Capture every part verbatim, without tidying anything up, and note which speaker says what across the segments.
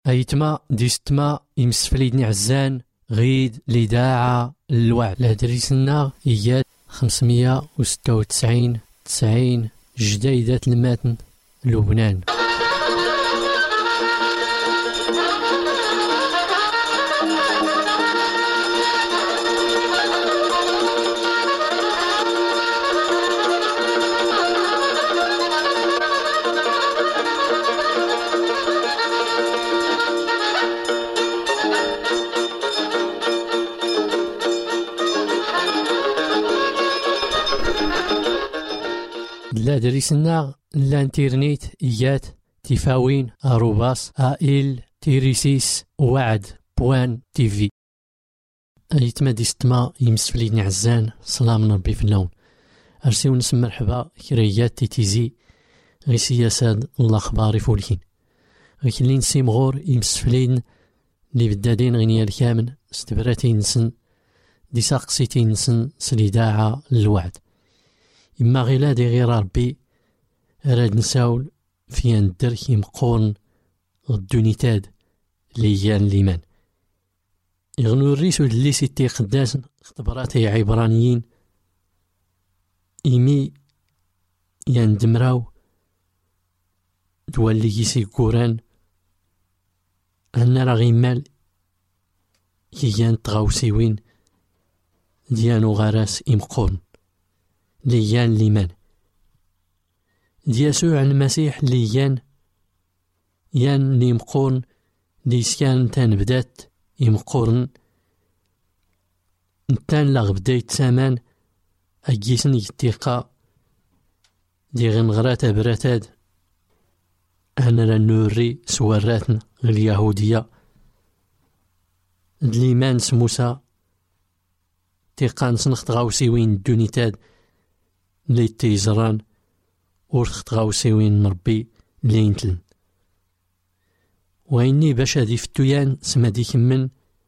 Speaker 1: أيتما ديستما يمسفليدني عزان غيد لداعة الوعد لهدريسنا إياد خمسمية وستة وتسعين تسعين جديدة الماتن لبنان. لا دريسنا الانترنت إيات تفاوين أروباس آئل تيريسيس وعد بوان تيفي. أيتما ديستما يمسفليني عزان سلام ربي في اللون أرسيو نسم مرحبا كريات تيتيزي غي سياساد الله أخباري فولكين غي كلين سيمغور يمسفلين لي بدادين غنيا الكامن استبراتي نسن دي ساقسيتي نسن سليداعة للوعد إما غيلا دي غير ربي راد نساول في ندرك يمقورن غدونيتاد ليان ليمان يغنو الريس ودلي سيتي قداسن اختباراتي عبرانيين إيمي يندمراو دوالي يسي كوران أنا راه غيمال يان تغاوسيوين ديانو غراس إمقورن ليان ليمان ديسوع المسيح ليان يان لي مقورن دي سكان تان بدات يمقورن نتان لاغ بدايت سامان أجيسن يتيقا دي غنغرات براتاد أنا لنوري سواراتن اليهودية دليمان سموسى تيقان سنخت غاوسيوين الدونيتاد لي تيزران ورخت غاوسيوين مربي لينتلن وإني باش هادي فتويان سمادي كمن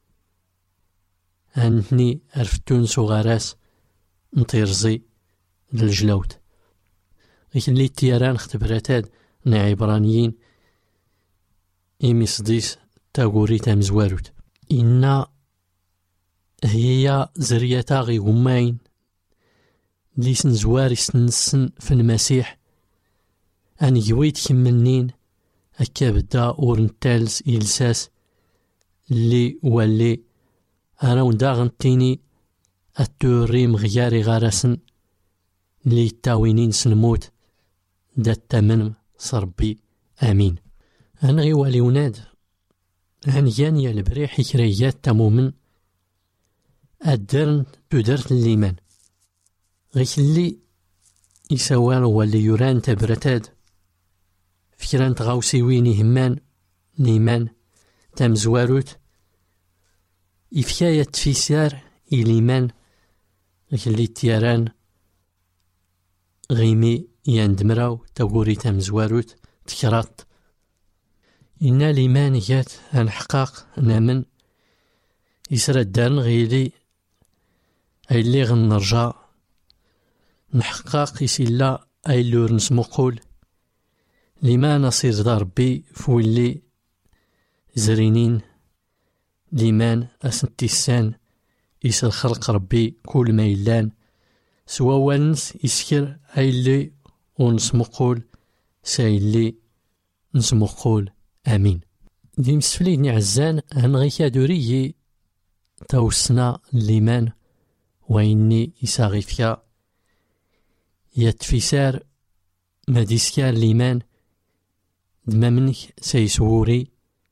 Speaker 1: هانتني أرفتون صغاراس نطيرزي للجلوت لكن لي تيران اختبراتاد ني عبرانيين إيمي صديس تاغوري تامزواروت إنا هي زريتا غي غماين ليسن زواري سنسن في المسيح أن يويت كمنين أكا بدا أورنتالز إلساس اللي واللي أراون داغن تيني التوريم غياري غارسن اللي تاوينين سنموت دا التمن صربي آمين. أنا غيوالي وناد عن يانيا البريح كريات تمومن أدرن تدرت الليمان غيك اللي يسوال واللي يوران تبرتاد فكران تغاوسيويني همان نيمان تامزواروت إفكاية تفيسار إليمان غيك اللي تياران غيمي يندمراو تاغوري تامزواروت تكرات إنا ليمان جات عن حقاق نامن يسرى الدارن غيلي أيلي غنرجع نحقاق يسيلا أيلور نسمقول لما نصير ضربي فولي زرينين ليمان أسنتيسان يسر خلق ربي كل ما يلان سوا والنس يسكر أيلي ونسمقول سايلي نسمقول آمين. دي مسفليني عزان هنغيكا دوريي توسنا الليمان وإني يساغي فيا يتفسار مديسكار ليمان دما منك سيسوري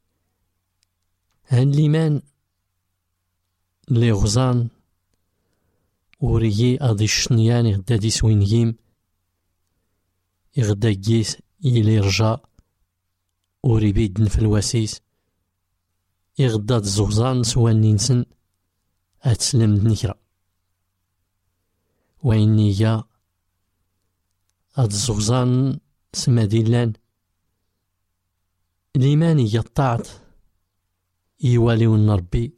Speaker 1: هان ليمان لي غزان وريي أضي الشنيان يغدا دي سوينيم يغدا جيس يلي رجا وريبيدن في الواسيس يغدا الزغزان سوان ننسن أتسلم دنكرا وإني يا هاد الزغزان سما ديلان ليماني يطاعت يواليون ربي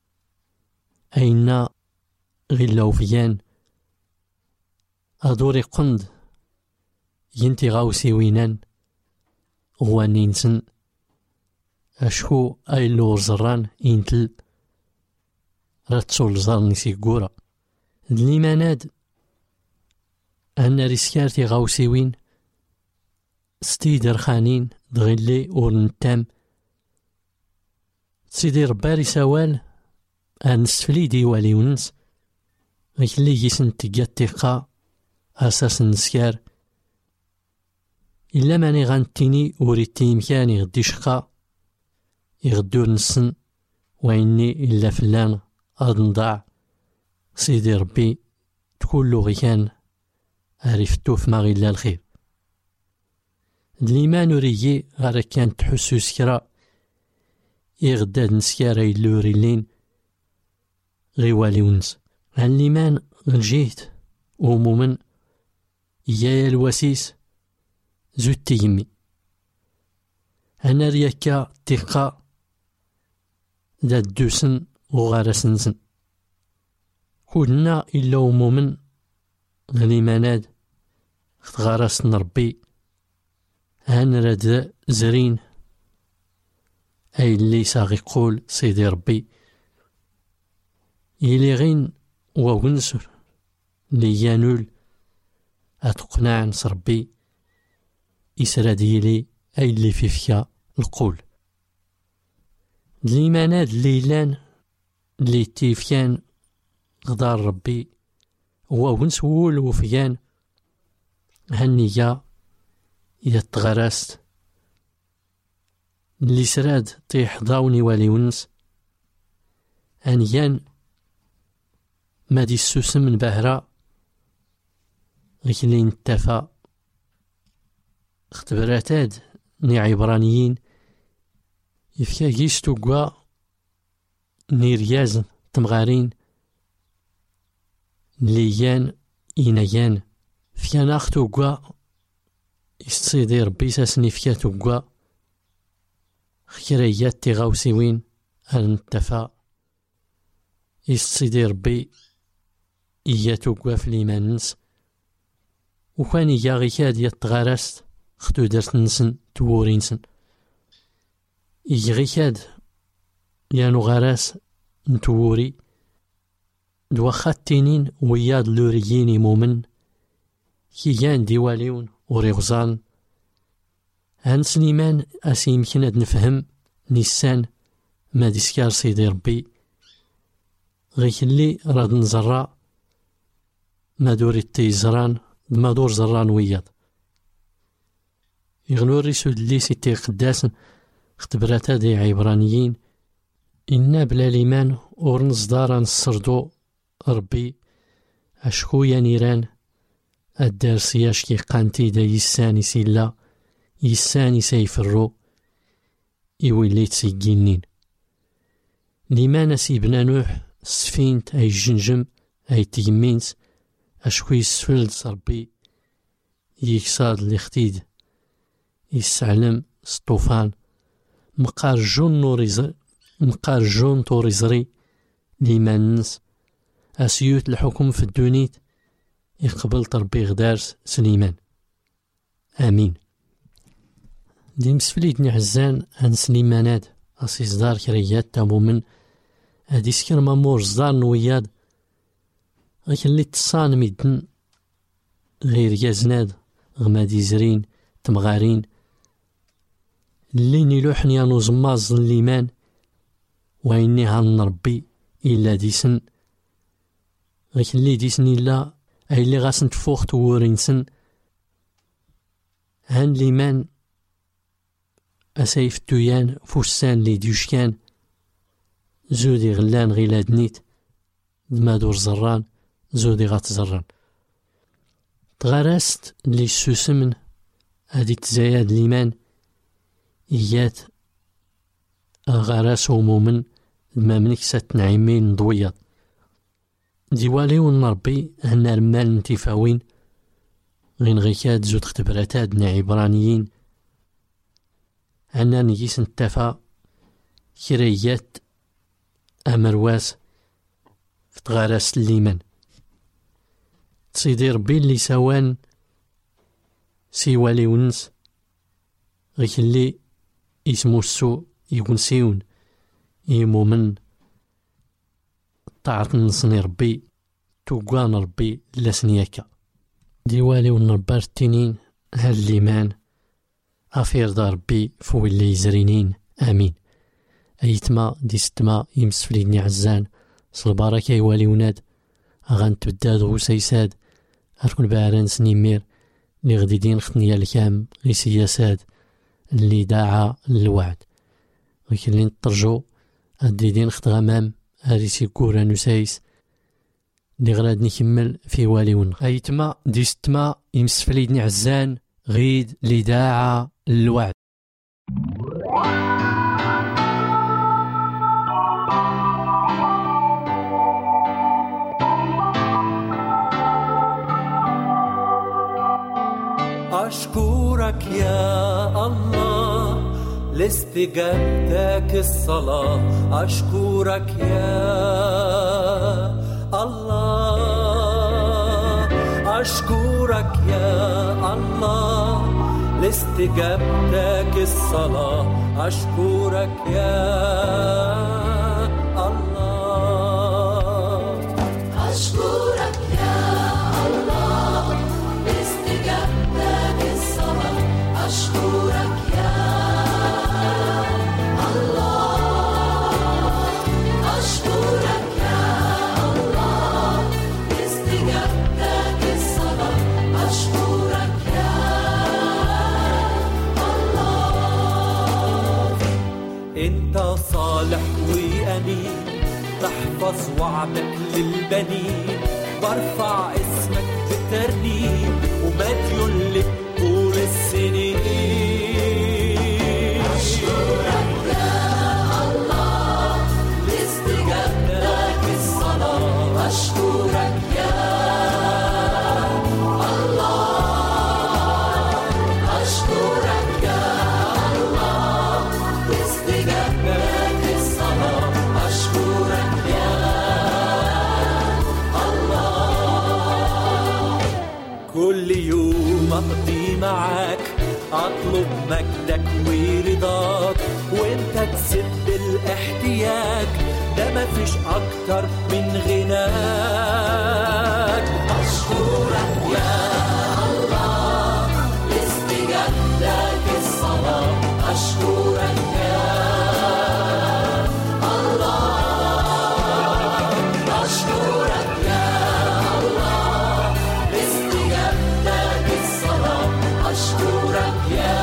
Speaker 1: أين غلاو فيان أدوري قند ينتي غاوسي وينان غواني نسن أشكو أي اللور زران إنتل راتسول زرني سيقورا دلي ماناد أن ريسكارتي غاوسيوين ستيدر خانين دغيلي ورنتام سيدي رباري سوال أنسفلي ديوالي ونس غيكلي يسن تقاتيقا أساس نسكار إلا ماني غانتيني وريتي مكاني غدي شقا يغدور نسن وإني إلا فلان أضنضاع سيدي ربي تكون غيكان عرفتو في مغيلا الخير دليما نوريي غير كان تحسو سكرا يغداد نسكارا يلوري لين غيوالي ونس عن ليمان الجيت ومومن يا الوسيس زود تيمي أنا رياكا تيقا داد دوسن وغارسنسن كودنا إلا ومومن غليماناد غارسن ربي هان راد زرين أي اللي ساغي يقول سيدي ربي إلي غين وونسر لي يانول أتقنع نس ربي إسرا ديلي أي اللي في فيا القول ليماناد ليلان اللي تيفيان غدار ربي وونس وول وفيان هنيا إذا تغرست اللي سراد طيح ضاوني والي ونس أنيان ما دي السوسم من بهرا غيكلي نتفا اختبراتاد ني عبرانيين يفكا جيستو قوا ني رياز تمغارين ليان إينيان فيان أختو قوا يستصيدي ربي ساسني فياتو قوا خيريات تيغاوسيوين أنتفا يستصيدي ربي إياتو قوا في ليمانس وكان ياغي كاد يتغارست ختو درت نسن تورينسن يغي كاد يانو غاراس نتوري دوا خاتينين وياد لورييني مومن كيان ديواليون وريغزان هان سليمان أسيم كناد نفهم نيسان ما ديسكار سيدي ربي غيكلي راد نزرع ما دوري التيزران ما دور زران وياض يغنوري سود لي سيتي قداسن اختبراتا دي عبرانيين إنا بلا ليمان ورنز داران السردو ربي أشكو يا نيران الدارس ياشكي قانتي دا يساني سيلا يساني سيفرو إويلي تسيقينين ليمان سيبنا نوح سفينت أي جنجم أي تيمينس أشكو يسفلد ربي يكساد الإختيد يسعلم سطوفان مقار جون نوريزر مقار جون توريزري ليمانس أسيوت الحكم في الدونيت يقبل ربي غدارس سليمان آمين دي مسفليت نعزان عن سليمانات أسي صدار كريات تامومن هادي سكر مامور صدار نوياد غيك اللي تصان ميدن غير يازناد غمادي زرين تمغارين اللي نيلوحن يانو زماز الليمان وإني هان ربي إلا ديسن غيك اللي ديسن إلا أي اللي غاسن تفوخ تورينسن هان ليمان أسايف تويان فوسان لي ديوشكان زودي غلان غيلاد نيت دما دور زران زودي غات زران تغارست لي سوسمن هادي تزايد ليمان إيات غاراس ومومن دما منك سات نعيمين ضويات ديوالي ونربي هنا رمال نتيفاوين غين غيكاد زود اختباراتات نا عبرانيين هنا نجيس نتفا كريات أمرواس في تغارس الليمان تصيدي ربي اللي سوان سيوالي ونس غيك اللي اسمو السو يقنسيون يمو من طاعة نصني ربي توقان ربي لسنياكا ديوالي ونربار التنين هاد الليمان أفير دا ربي فو اللي يزرينين آمين. أيتما دي ستما يمسفليدني عزان صلباركا يوالي وناد أغان تبداد غوسيساد أركن باران سنيمير اللي غديدين ختنيا الكام غي سياساد اللي داعا للوعد وكلين ترجو أديدين خت غمام هادي سيكورا نسايس اللي غراد نكمل في والي ون. أيتما دي ستما يمسفليدني عزان غيد اللي داعا للوعد.
Speaker 2: أشكرك يا الله لاستجابتك الصلاة. أشكرك يا الله أشكرك يا الله لاستجابتك الصلاة. أشكرك يا الله
Speaker 3: أشكرك يا الله لاستجابتك الصلاة. أشكرك يا الله أشكرك يا الله لاستجابتك الصلاة. أشكرك يا الله.
Speaker 2: انت صالح وأمين تحفظ وعدك للبنين. برفع اسمك بالترنيم ومديون لك طول السنين.
Speaker 3: أشكرك يا الله لاستجابتك الصلاة. أشكرك يا الله أشكرك يا الله لاستجابتك الصلاة. أشكرك يا الله.
Speaker 2: كل يوم أقضي معاك أطلب مجدك ورضاك وانت تسد الاحتياج ده مفيش أكتر من غناك.
Speaker 3: أشكرك يا الله لاستجابتك الصلاة. أشكرك يا الله أشكرك يا الله لاستجابتك الصلاة. أشكرك يا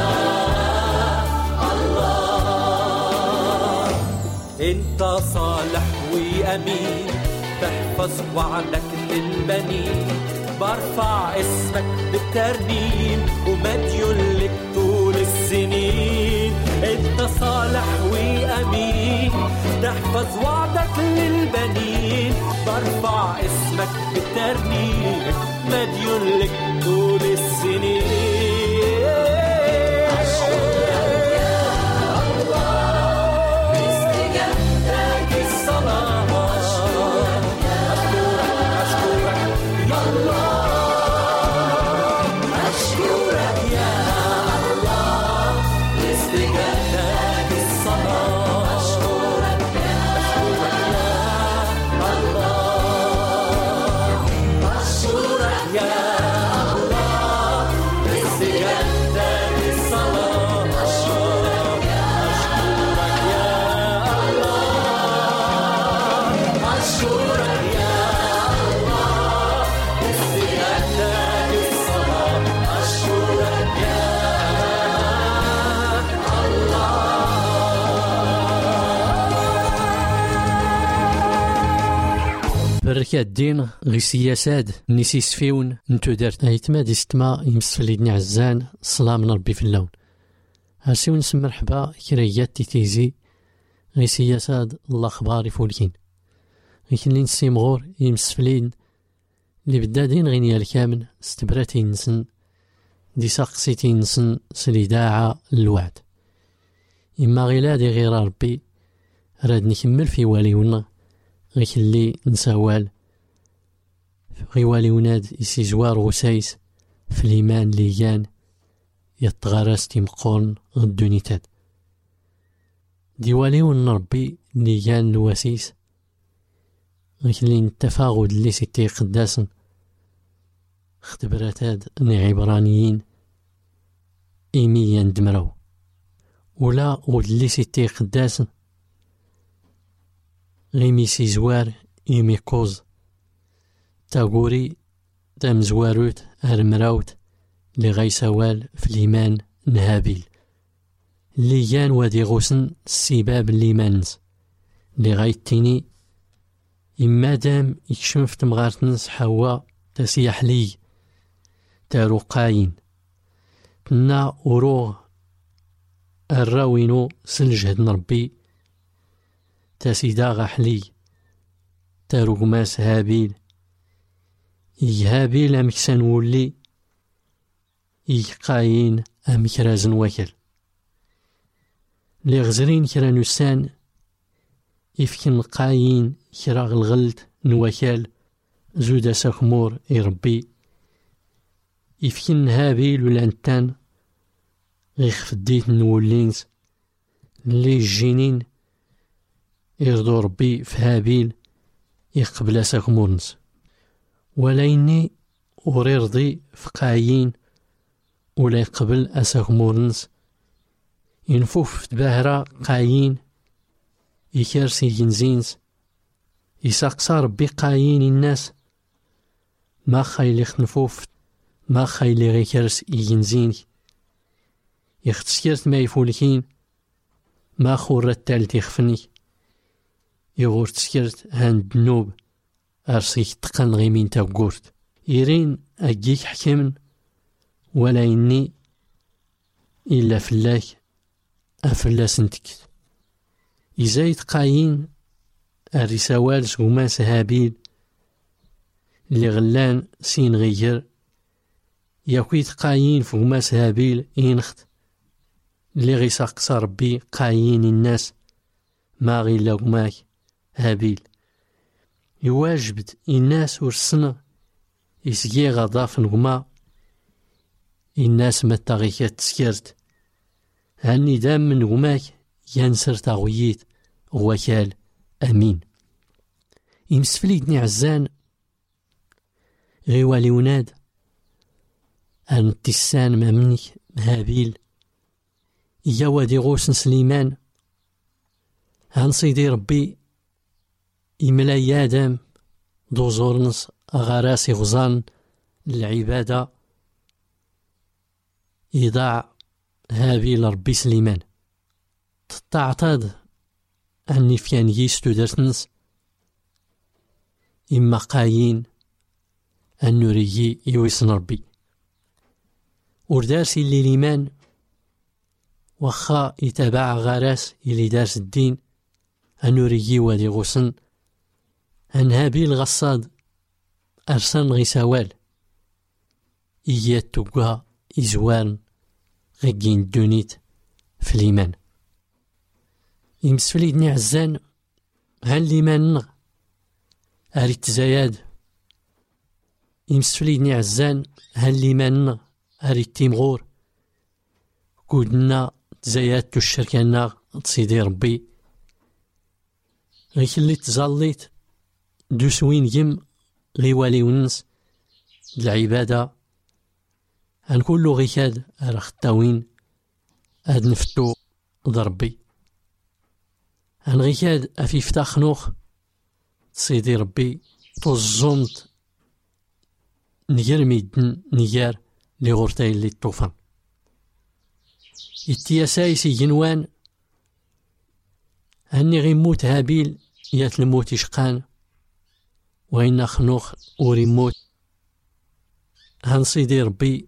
Speaker 3: الله.
Speaker 2: انت صالح وأمين تحفظ وعدك للبنين. برفع اسمك بالترنيم ومديون لك طول السنين. انت صالح وأمين تحفظ وعدك للبنين. برفع اسمك بالترنيم مديون لك طول السنين.
Speaker 3: أشكرك يا الله لاستجابتك الصلاة. أشكرك يا
Speaker 2: أشكرك
Speaker 3: الله أشكرك يا الله لاستجابتك الصلاة. أشكرك يا الله أشكرك يا الله لاستجابتك الصلاة. أشكرك يا الله أشكرك يا الله لاستجابتك الصلاة. أشكرك يا
Speaker 1: بركة الدين غي سياساد نيسي سفيون نتو دارت ايتما دي ستما يمسفليدني عزان صلاة من ربي في اللون. هاسيون نسم مرحبا كريات تيتيزي غي سياساد الله خباري فولكين غي كنين سيمغور يمسفلين اللي بدادين غينيا الكامن استبراتي نسن دي ساقسيتي نسن سليداعة الوعد. إما غيلادي غير ربي راد نكمل في واليونا غي كلي نساوال غي واليوناد يسي زوار غسايس في الإيمان ليان يتغارس تيمقورن غدونيتاد. ديوالي ونربي اللي كان الواسيس غيكلين التفاغد اللي سيتي قداسن اختبراتات ني عبرانيين إيميا دمرو ولا ودلي سيتي قداسن غيمي سي زوار إيمي كوز تاغوري تام زواروت هرمراوت اللي غيسوال في الإيمان نهابيل اللي كان وادي غوسن السباب اللي مانز اللي غايتيني إما دام يكشم في تمغارتنس حوا تسيح لي تارو قاين تنا وروغ الراوينو سلجهد نربي تاسيدا غحلي تارو قماس هابيل يهابيل أمكسان ولي يقاين أمكرازن وكل لي غزرين كرا نسان يفكن قاين كرا الغلط نوكل زودا سخمور يربي يفكن هابيل ولانتان غيخ فديت نولينز اللي الجينين يرضو ربي في هابيل يقبل سخمورنز ولا إني وريرضي في قايين ولا يقبل أسخمورنز ينفوف تباهرة قايين يكرسي جنزينز يساقسى ربي قايين الناس ما خايلي خنفوف ما خايلي غيكرس يجنزين يختسكرت ما يفولكين ما خور التالت يخفني يغور تسكرت هاند النوب أرسيك تقن غيمين تاقورت يرين أجيك حكمن ولا إني إلا فلاك أفلا سنتكت إزايد قاين الرسوال سوماس هابيل اللي غلان سين غير ياكويت قاين فوماس هابيل ينخت اللي غيساقس ربي قاين الناس ما غيلا ماك هابيل يواجبت الناس ورسنا يسقي غضاف نغما الناس ما تغيكات تسكرت هاني دام من غماك ينسر تغويت غوكال أمين يمسفليدني عزان غيوالي وناد أن تسان ممنك هابيل إيا وادي غوسن سليمان هان صيدي ربي إملا آدم دوزورنس أغاراسي غزان العبادة يضاع هابيل ربي سليمان تتعطاد أني فيان يستو درسنس إما قاين أن نريي يويسن ربي وردارسي اللي ليمان وخا يتابع غراس اللي دارس الدين أن نريي وادي غسن أن هابيل غصاد أرسن غيساوال إيات توقها إزوان غيقين الدونيت في الإيمان يمسفليدني عزان هان الإيمان نغ أريد تزايد يمسفليدني عزان هان الإيمان نغ أريد تيمغور كودنا تزايد تشركة نغ تصيدي ربي غيكلي تزاليت دوسوين يم غيوالي ونس العبادة هنقولو غيكاد أرختاوين هاد نفتو ضربي هنغيكاد أفي فتاخنوخ سيدي ربي توزمت نير ميدن نيار لي غورتاي لي الطوفان التياساي سي جنوان هني غيموت هابيل يات الموت يشقان وإن خنوخ وريموت هن سيدي ربي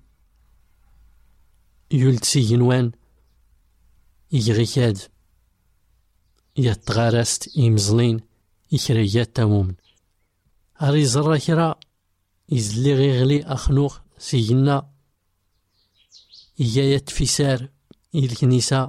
Speaker 1: يولد سي جنوان يغيكاد يتغارست يمزلين يكريات تامومن هاري زرا كرا يزلي غيغلي أخنوخ سيجنا إيايات فيسار الكنيسة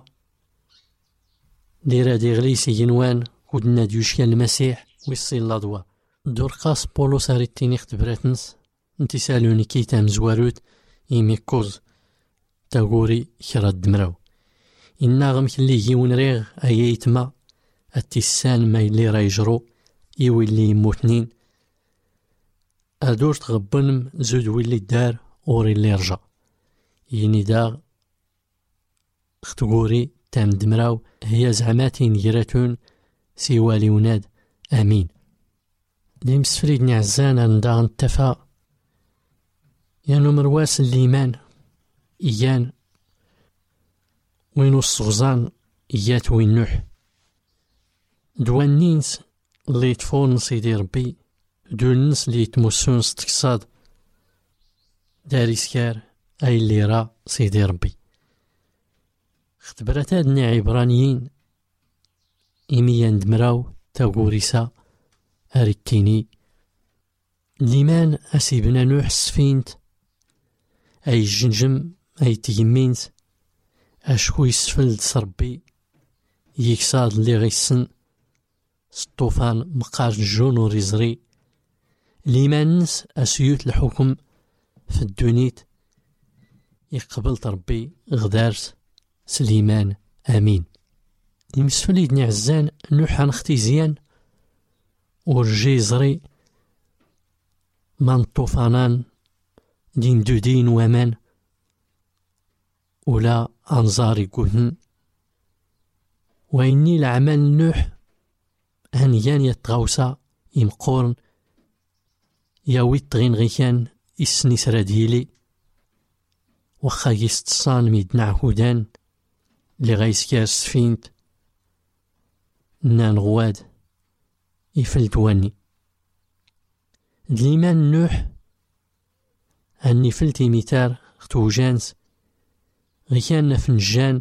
Speaker 1: ديرا ديغلي سيجنوان ودنا ديوشكا المسيح ويصي اللادوا دورقاس بولو ساريتيني اختبراتنس انتي سالوني كيتا مزواروت يميكوز تاغوري كرا الدمراو إنا غمك اللي يجي ونريغ أييتما التسان ما اللي رايجرو يولي يموتنين أدور تغبنم زود ويلي دار أوري اللي رجع يني دا اختقوري تام دمراو هي زعماتين يراتون سيوالي وناد آمين. ديم سفريد نعزان عندها انتفا يانو مرواس الليمان إيان وينو الصغزان إيات وين نوح دوان نينس اللي يتفون سيدي ربي دول الناس اللي يتمسون ستكصاد داري سكار أي اللي را سيدي ربي. اختبرت هادني عبرانيين إيميان دمراو تاقوريسا أريتيني ليمان أسيبنا نوح السفينت أي الجنجم أي تيمينت أشكو يسفل صربي يكساد اللي غيسن الطوفان مقار الجون وريزري ليمان نس أسيوت الحكم في الدونيت يقبل ربي غدارس سليمان آمين. يمسفل يدني عزان نوح نختي زيان ورجي زري من طوفانان دين دو دين ومان ولا أنظاري قهن وإني العمل نوح هنيان يتغوصا يمقورن ياويت غين غيكان إسني سراديلي وخا يستصان ميدنا عهودان اللي غيسكار سفينت نان غواد يفلت واني دليمان نوح أني فلتي ميتار ختوجانس غيكان فنجان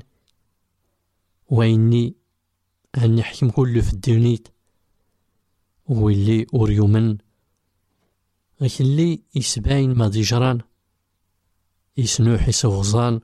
Speaker 1: وإني أني حكم كله في الدونيت واللي أوريومن غيكلي يسباين ما ديجران يسنوح يسوغزان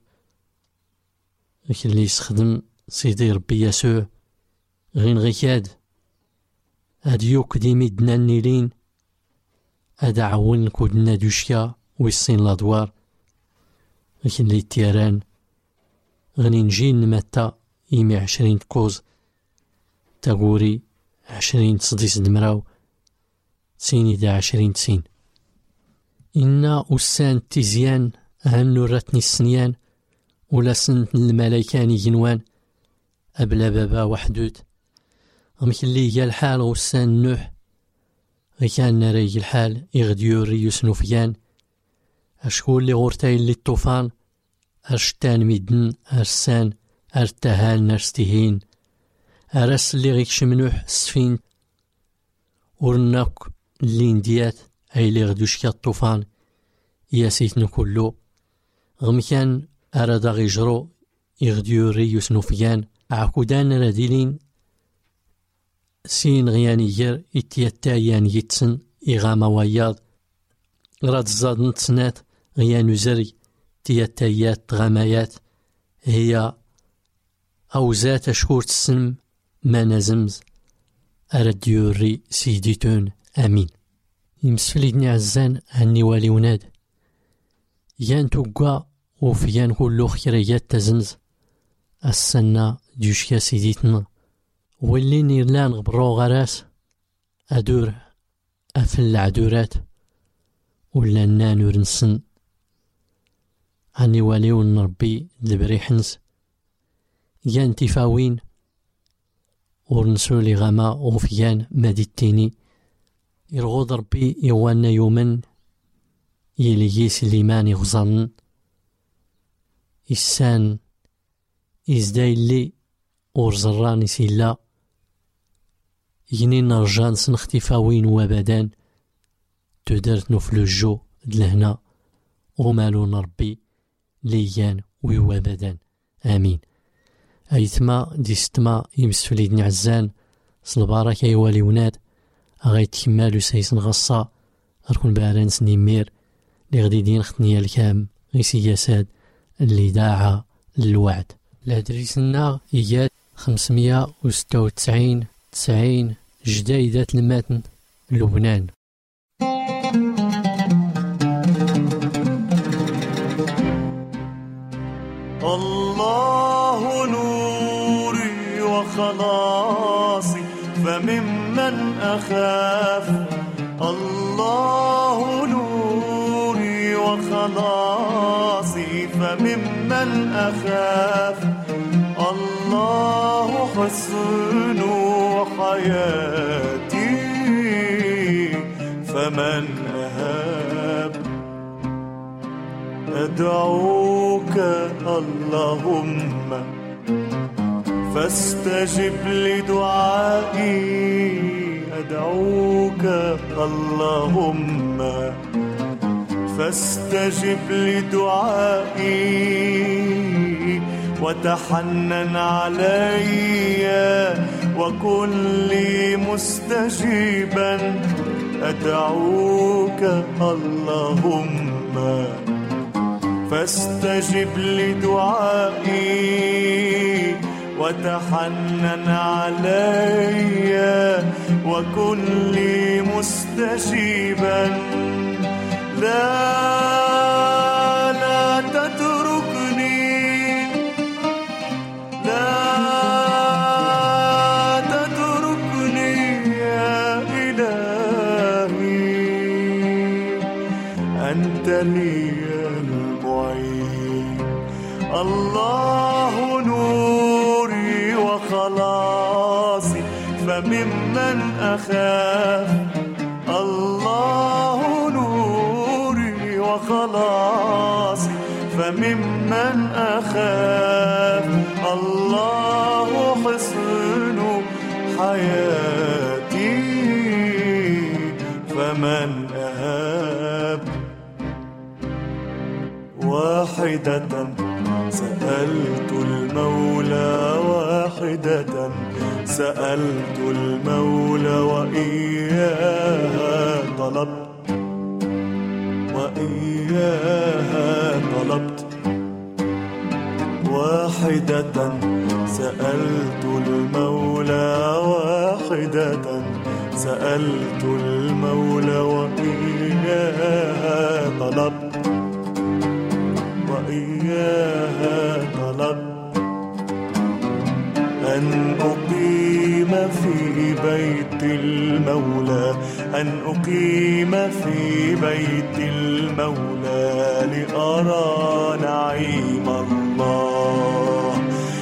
Speaker 1: غيكلي يسخدم سيدي ربي يسوع غين غيكاد هاد يوك ديمي دنا النيلين هاد عون كودنا دوشكا ويصين لادوار غيكلي التيران غني نجي نمتا يمي عشرين كوز تاقوري عشرين تصديس دمراو تسيني دا عشرين تسين إنا أسان تيزيان هنو راتني السنيان ولا سنت الملايكاني جنوان أبلا بابا وحدود غمك اللي جا الحال غسان نوح غيكان ناري الحال يغديو ريوس نوفيان أشكو اللي غورتاي اللي الطوفان أرشتان ميدن أرسان أرتهان نرستهين أرس اللي غيكشم نوح السفين ورناك اللي نديات أي اللي غدوش كا الطوفان ياسيتنو كلو غمكان أرادا غيجرو يغديو ريوس نوفيان عكودان راديلين سين غياني ير إتياتايان يتسن إغاما وياض راد زاد نتسنات غيانو زري تياتايات غامايات هي أوزات أشكور تسنم ما نزمز أرديوري سيديتون آمين. يمسفليدني عزان هني والي وناد يان توقع وفيان كلو خيريات تزمز السنة ديوشكا سيديتنا واللي نيرلان غبرو غراس أدور أفل العدورات ولا نانور نسن هني والي ونربي دبريحنس يان تفاوين ورنسولي غما وفيان ماديتيني يرغض ربي يوانا يومن يلي سليمان يغزن إسان إزداي اللي ورزراني سيلا ينين نرجان سنختفاوين وابدان تدرت نفلو الجو دلهنا ومالو نربي ليان ويوابدان آمين. أيتما ديستما يمسفليدني عزان صلبارك أيوالي وناد أغايت كمالو سيسن غصا أركون بارانس نيمير لي غدي دين ختنيا الكام غيسي ياساد اللي داعا للوعد لادريسنا إيجاد خمسمية وستة وتسعين تسعين جدايدات الماتن لبنان.
Speaker 4: الله نور فممن أخاف الله نوري وخلاصي فممن أخاف الله حصن حياتي فمن أهاب أدعوك اللهم فاستجب لدعائي أدعوك اللهم فاستجب لدعائي وتحنن علي وكن لي مستجيبا أدعوك اللهم فاستجب لدعائي وتحنن علي وكن لي مستجيبا لا لا تتركني لا تتركني يا إلهي أنت لي المعين الله نوري وخلاصي فممن أخاف الله نوري وخلاصي فممن أخاف الله حصن حياتي فمن أهاب واحدة سألت المولى واحدة سألت المولى وإياها طلبت وإياها طلبت واحدة سألت المولى واحدة سألت المولى وإياها طلبت وإياها طلبت أن أقيم في بيت المولى أن أقيم في بيت المولى لأرى نعيم الله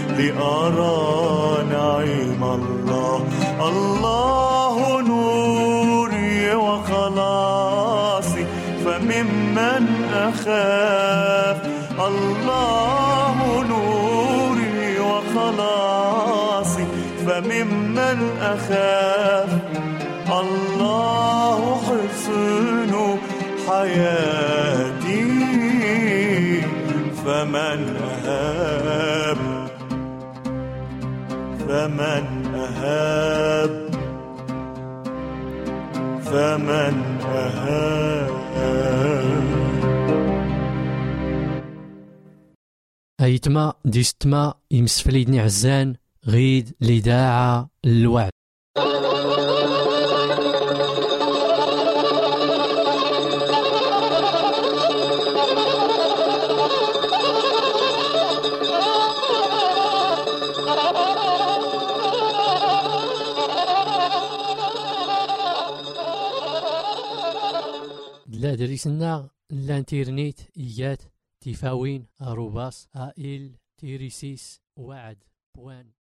Speaker 4: لأرى نعيم الله الله نوري وخلاصي فممن أخاف الله نوري وخلاصي فممن أخاف الله حصن حياتي فمن أهاب فمن أهاب فمن أهاب
Speaker 1: أيتما ديستما يمسفليدني عزان غيد لداعة الوعد لا دريسنا الانترنت إيات تفاوين أروباس آئل تيريسيس وعد بوان